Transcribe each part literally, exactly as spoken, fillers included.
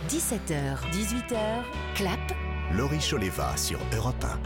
dix-sept heures, dix-huit heures, Clap. Laurie Choleva sur Europe un.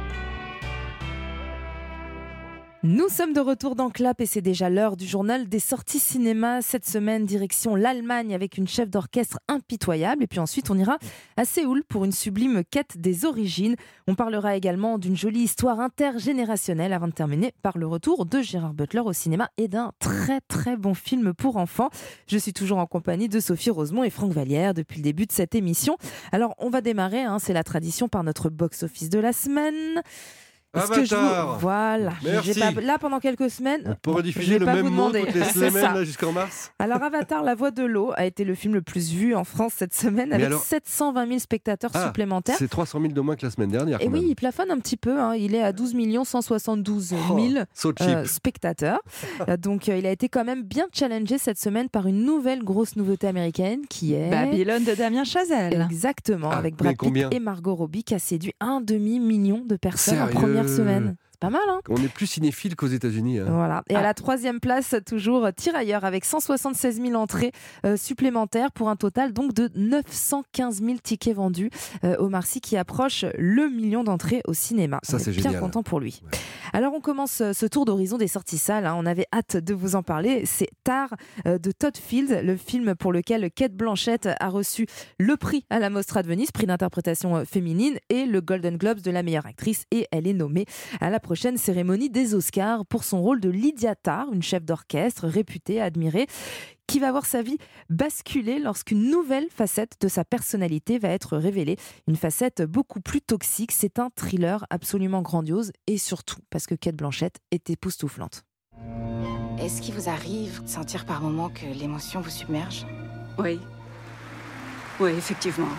Nous sommes de retour dans Clap et c'est déjà l'heure du journal des sorties cinéma. Cette semaine, direction l'Allemagne avec une chef d'orchestre impitoyable. Et puis ensuite, on ira à Séoul pour une sublime quête des origines. On parlera également d'une jolie histoire intergénérationnelle avant de terminer par le retour de Gérard Butler au cinéma et d'un très très bon film pour enfants. Je suis toujours en compagnie de Sophie Rosemont et Franck Vallière depuis le début de cette émission. Alors, on va démarrer, hein, c'est la tradition, par notre box-office de la semaine. Est-ce que je vous... Voilà. Merci. J'ai pas... Là, pendant quelques semaines, on pourrait diffuser le même mot toutes les semaines là, jusqu'en mars. Alors, Avatar, La Voix de l'eau a été le film le plus vu en France cette semaine, avec alors... sept cent vingt mille spectateurs ah, supplémentaires. C'est trois cent mille de moins que la semaine dernière. Et oui, même. il plafonne un petit peu. Hein. Il est à douze millions cent soixante-douze mille oh, euh, spectateurs. Donc, euh, il a été quand même bien challengé cette semaine par une nouvelle grosse nouveauté américaine qui est... Babylone de Damien Chazelle. Exactement, ah, avec Brad Pitt et Margot Robbie, qui a séduit un demi-million de personnes Sérieux en première semaine. Pas mal, hein. On est plus cinéphile qu'aux États-Unis. Hein. Voilà. Et ah. à la troisième place, toujours Tirailleurs, avec cent soixante-seize mille entrées euh, supplémentaires pour un total donc de neuf cent quinze mille tickets vendus. Euh, Omar Sy qui approche le million d'entrées au cinéma. Ça, on c'est est bien génial. content pour lui. Ouais. Alors, on commence ce tour d'horizon des sorties salles. Hein. On avait hâte de vous en parler. C'est Tar euh, de Todd Field, le film pour lequel Cate Blanchett a reçu le prix à la Mostra de Venise, prix d'interprétation féminine, et le Golden Globes de la meilleure actrice. Et elle est nommée à la prochaine cérémonie des Oscars pour son rôle de Lydia Tarr, une chef d'orchestre réputée, admirée, qui va voir sa vie basculer lorsqu'une nouvelle facette de sa personnalité va être révélée. Une facette beaucoup plus toxique. C'est un thriller absolument grandiose et surtout parce que Cate Blanchett est époustouflante. Est-ce qu'il vous arrive de sentir par moments que l'émotion vous submerge ? Oui. Oui, effectivement.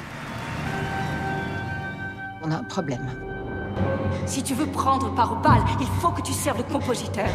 On a un problème. Si tu veux prendre part au bal, il faut que tu serves le compositeur.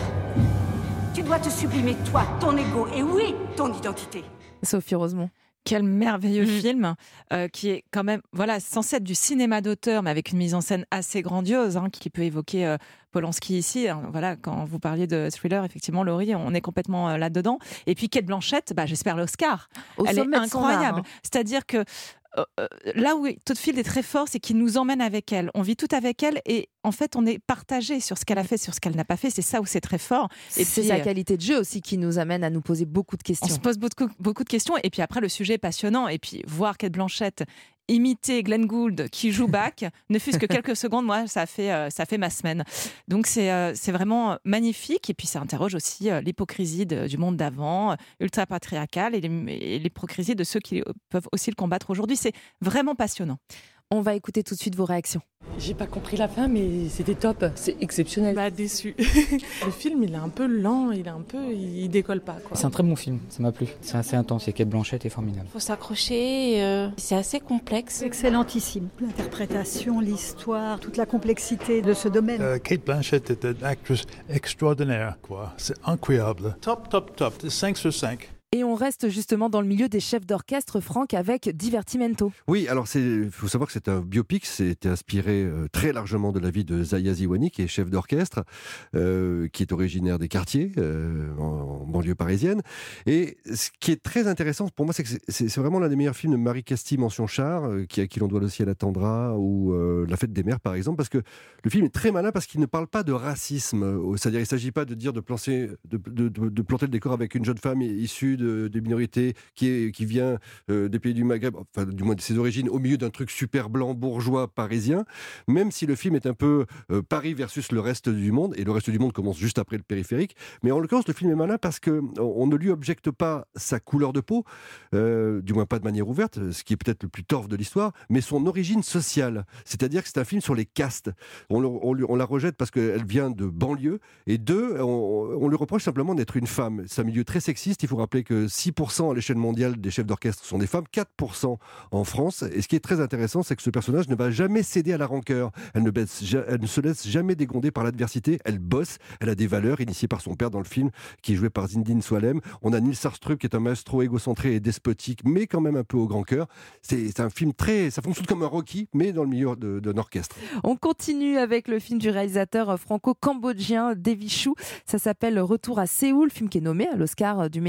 Tu dois te sublimer, toi, ton ego, et oui, ton identité. Sophie Rosemont. Quel merveilleux film euh, qui est quand même voilà, censé être du cinéma d'auteur, mais avec une mise en scène assez grandiose, hein, qui peut évoquer euh, Polanski ici. Hein, voilà, quand vous parliez de thriller, effectivement, Laurie, on est complètement euh, là-dedans. Et puis Cate Blanchett, bah, j'espère l'Oscar. Au Elle est sommet de son art, incroyable. hein. C'est-à-dire que Euh, là où Todd Field est très fort, c'est qu'il nous emmène avec elle. On vit tout avec elle et en fait, on est partagé sur ce qu'elle a fait, sur ce qu'elle n'a pas fait. C'est ça où c'est très fort. Et c'est puis, sa qualité de jeu aussi qui nous amène à nous poser beaucoup de questions. On se pose beaucoup, beaucoup de questions. Et puis après, le sujet est passionnant. Et puis voir Cate Blanchett imiter Glenn Gould qui joue Bach, ne fût-ce que quelques secondes, moi, ça a fait, euh, ça a fait ma semaine. Donc c'est, euh, c'est vraiment magnifique. Et puis ça interroge aussi euh, l'hypocrisie de, du monde d'avant, euh, ultra-patriarcale, et, les, et l'hypocrisie de ceux qui peuvent aussi le combattre aujourd'hui. C'est vraiment passionnant. On va écouter tout de suite vos réactions. J'ai pas compris la fin, mais c'était top, c'est exceptionnel. Bah déçu. Le film, il est un peu lent, il est un peu, il décolle pas, quoi. C'est un très bon film, ça m'a plu. C'est assez intense, et Cate Blanchett est formidable. Faut s'accrocher, euh, c'est assez complexe. Excellentissime. L'interprétation, l'histoire, toute la complexité de ce domaine. Euh, Cate Blanchett est une actrice extraordinaire, quoi. C'est incroyable. Top, top, top. cinq sur cinq. Et on reste justement dans le milieu des chefs d'orchestre, Franck, avec Divertimento. Oui, alors il faut savoir que c'est un biopic, c'était inspiré euh, très largement de la vie de Zaya Ziwani, qui est chef d'orchestre, euh, qui est originaire des quartiers, euh, en, en banlieue parisienne. Et ce qui est très intéressant pour moi, c'est que c'est, c'est, c'est vraiment l'un des meilleurs films de Marie Casti, mention char, euh, qui, à qui l'on doit le ciel attendra, ou euh, La fête des mères, par exemple, parce que le film est très malin, parce qu'il ne parle pas de racisme. Euh, c'est-à-dire, il ne s'agit pas de dire de, plancer, de, de, de, de planter le décor avec une jeune femme issue de De, des minorités qui, est, qui vient euh, des pays du Maghreb, enfin du moins de ses origines, au milieu d'un truc super blanc, bourgeois, parisien, même si le film est un peu euh, Paris versus le reste du monde, et le reste du monde commence juste après le périphérique, mais en l'occurrence le film est malin parce qu'on on ne lui objecte pas sa couleur de peau, euh, du moins pas de manière ouverte, ce qui est peut-être le plus torf de l'histoire, mais son origine sociale, c'est-à-dire que c'est un film sur les castes. On, on, on la rejette parce qu'elle vient de banlieue, et deux, on, on lui reproche simplement d'être une femme. C'est un milieu très sexiste, il faut rappeler que six pour cent à l'échelle mondiale des chefs d'orchestre sont des femmes, quatre pour cent en France. Et ce qui est très intéressant, c'est que ce personnage ne va jamais céder à la rancœur. Elle ne, baisse, elle ne se laisse jamais dégonder par l'adversité. Elle bosse, elle a des valeurs initiées par son père dans le film, qui est joué par Zinedine Soualem. On a Nils Sarstrup, qui est un maestro égocentré et despotique, mais quand même un peu au grand cœur. C'est, c'est un film très... Ça fonctionne comme un Rocky, mais dans le milieu de, d'un orchestre. On continue avec le film du réalisateur franco-cambodgien Devi Chou. Ça s'appelle Retour à Séoul, film qui est nommé à l'Oscar du meilleur film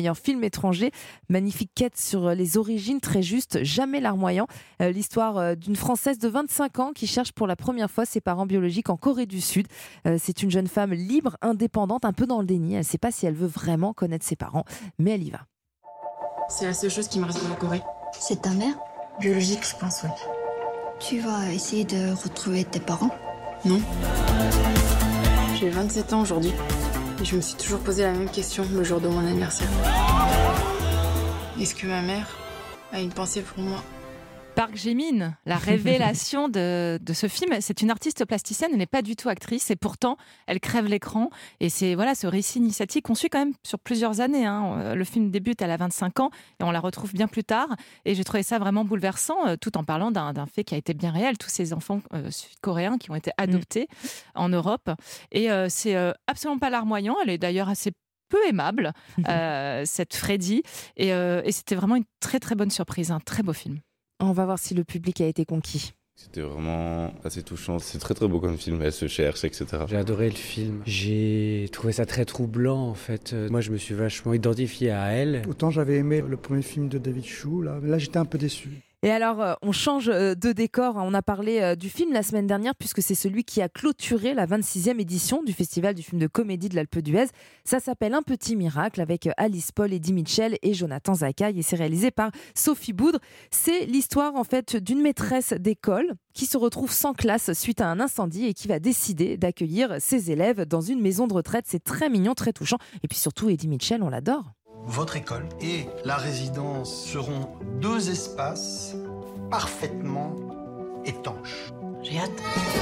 étranger. Magnifique quête sur les origines, très juste, jamais larmoyant. Euh, l'histoire euh, d'une Française de vingt-cinq ans qui cherche pour la première fois ses parents biologiques en Corée du Sud. Euh, c'est une jeune femme libre, indépendante, un peu dans le déni. Elle ne sait pas si elle veut vraiment connaître ses parents, mais elle y va. C'est la seule chose qui me reste de la Corée. C'est ta mère? Biologique, je pense, oui. Tu vas essayer de retrouver tes parents? Non. J'ai vingt-sept ans aujourd'hui. Et je me suis toujours posé la même question le jour de mon anniversaire. Est-ce que ma mère a une pensée pour moi? Park Jae-min, la révélation de, de ce film. C'est une artiste plasticienne, elle n'est pas du tout actrice et pourtant elle crève l'écran. Et c'est voilà, ce récit initiatique qu'on suit quand même sur plusieurs années. Hein. Le film débute, elle a vingt-cinq ans et on la retrouve bien plus tard. Et j'ai trouvé ça vraiment bouleversant, tout en parlant d'un, d'un fait qui a été bien réel. Tous ces enfants euh, sud-coréens qui ont été adoptés mmh. en Europe. Et euh, c'est euh, absolument pas larmoyant. Elle est d'ailleurs assez peu aimable, euh, cette Freddy. Et, euh, et c'était vraiment une très très bonne surprise, un très beau film. On va voir si le public a été conquis. C'était vraiment assez touchant. C'est très très beau comme film, elle se cherche, et cetera. J'ai adoré le film. J'ai trouvé ça très troublant en fait. Moi je me suis vachement identifié à elle. Autant j'avais aimé le premier film de David Chou, là, là j'étais un peu déçu. Et alors, on change de décor. On a parlé du film la semaine dernière puisque c'est celui qui a clôturé la vingt-sixième édition du Festival du film de comédie de l'Alpe d'Huez. Ça s'appelle Un petit miracle avec Alice Paul, Eddie Mitchell et Jonathan Zakaï et c'est réalisé par Sophie Boudre. C'est l'histoire en fait d'une maîtresse d'école qui se retrouve sans classe suite à un incendie et qui va décider d'accueillir ses élèves dans une maison de retraite. C'est très mignon, très touchant. Et puis surtout, Eddie Mitchell, on l'adore. Votre école et la résidence seront deux espaces parfaitement étanches. J'ai hâte.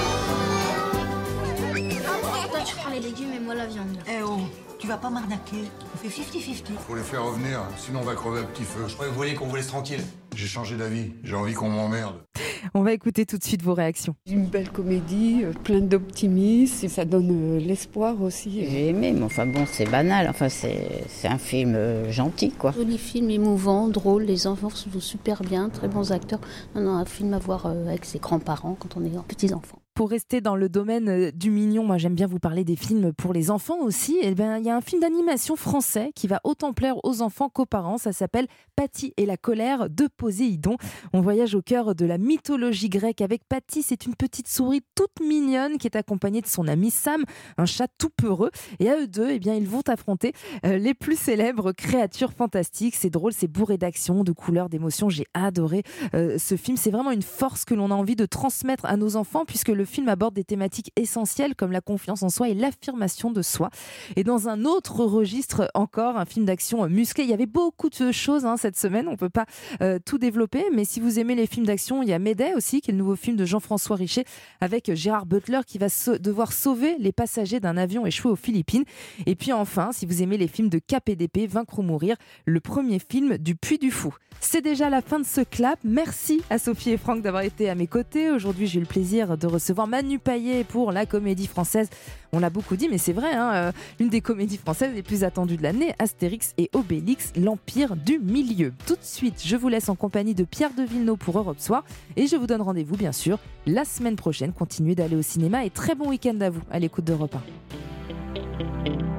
Toi, tu prends les légumes et moi la viande. Eh oh, tu vas pas m'arnaquer. On fait cinquante cinquante. Faut les faire revenir, sinon on va crever à petit feu. Je croyais que vous vouliez qu'on vous laisse tranquille. J'ai changé d'avis, j'ai envie qu'on m'emmerde. On va écouter tout de suite vos réactions. Une belle comédie, euh, pleine d'optimisme, ça donne euh, l'espoir aussi. J'ai aimé, mais enfin bon, c'est banal. Enfin, c'est, c'est un film euh, gentil, quoi. Joli film, émouvant, drôle, les enfants se jouent super bien, très bons acteurs. Non, non, un film à voir euh, avec ses grands-parents quand on est petits-enfants. Pour rester dans le domaine du mignon, moi j'aime bien vous parler des films pour les enfants aussi. Et ben il y a un film d'animation français qui va autant plaire aux enfants qu'aux parents. Ça s'appelle Patty et la colère de Poséidon. On voyage au cœur de la mythologie grecque avec Patty. C'est une petite souris toute mignonne qui est accompagnée de son ami Sam, un chat tout peureux. Et à eux deux, eh bien ils vont affronter euh, les plus célèbres créatures fantastiques. C'est drôle, c'est bourré d'action, de couleurs, d'émotions. J'ai adoré euh, ce film. C'est vraiment une force que l'on a envie de transmettre à nos enfants puisque le Le film aborde des thématiques essentielles comme la confiance en soi et l'affirmation de soi. Et dans un autre registre encore, un film d'action musclé. Il y avait beaucoup de choses hein, cette semaine, on ne peut pas euh, tout développer, mais si vous aimez les films d'action, il y a Mayday aussi, qui est le nouveau film de Jean-François Richet avec Gérard Butler qui va so- devoir sauver les passagers d'un avion échoué aux Philippines. Et puis enfin, si vous aimez les films de K P D P, Vaincre ou mourir, le premier film du Puy du Fou. C'est déjà la fin de ce clap. Merci à Sophie et Franck d'avoir été à mes côtés. Aujourd'hui, j'ai eu le plaisir de recevoir Manu Payet pour la comédie française. On l'a beaucoup dit, mais c'est vrai, hein, euh, l'une des comédies françaises les plus attendues de l'année, Astérix et Obélix, l'Empire du Milieu. Tout de suite, je vous laisse en compagnie de Pierre de Villeneuve pour Europe Soir et je vous donne rendez-vous, bien sûr, la semaine prochaine. Continuez d'aller au cinéma et très bon week-end à vous à l'écoute d'Europe un.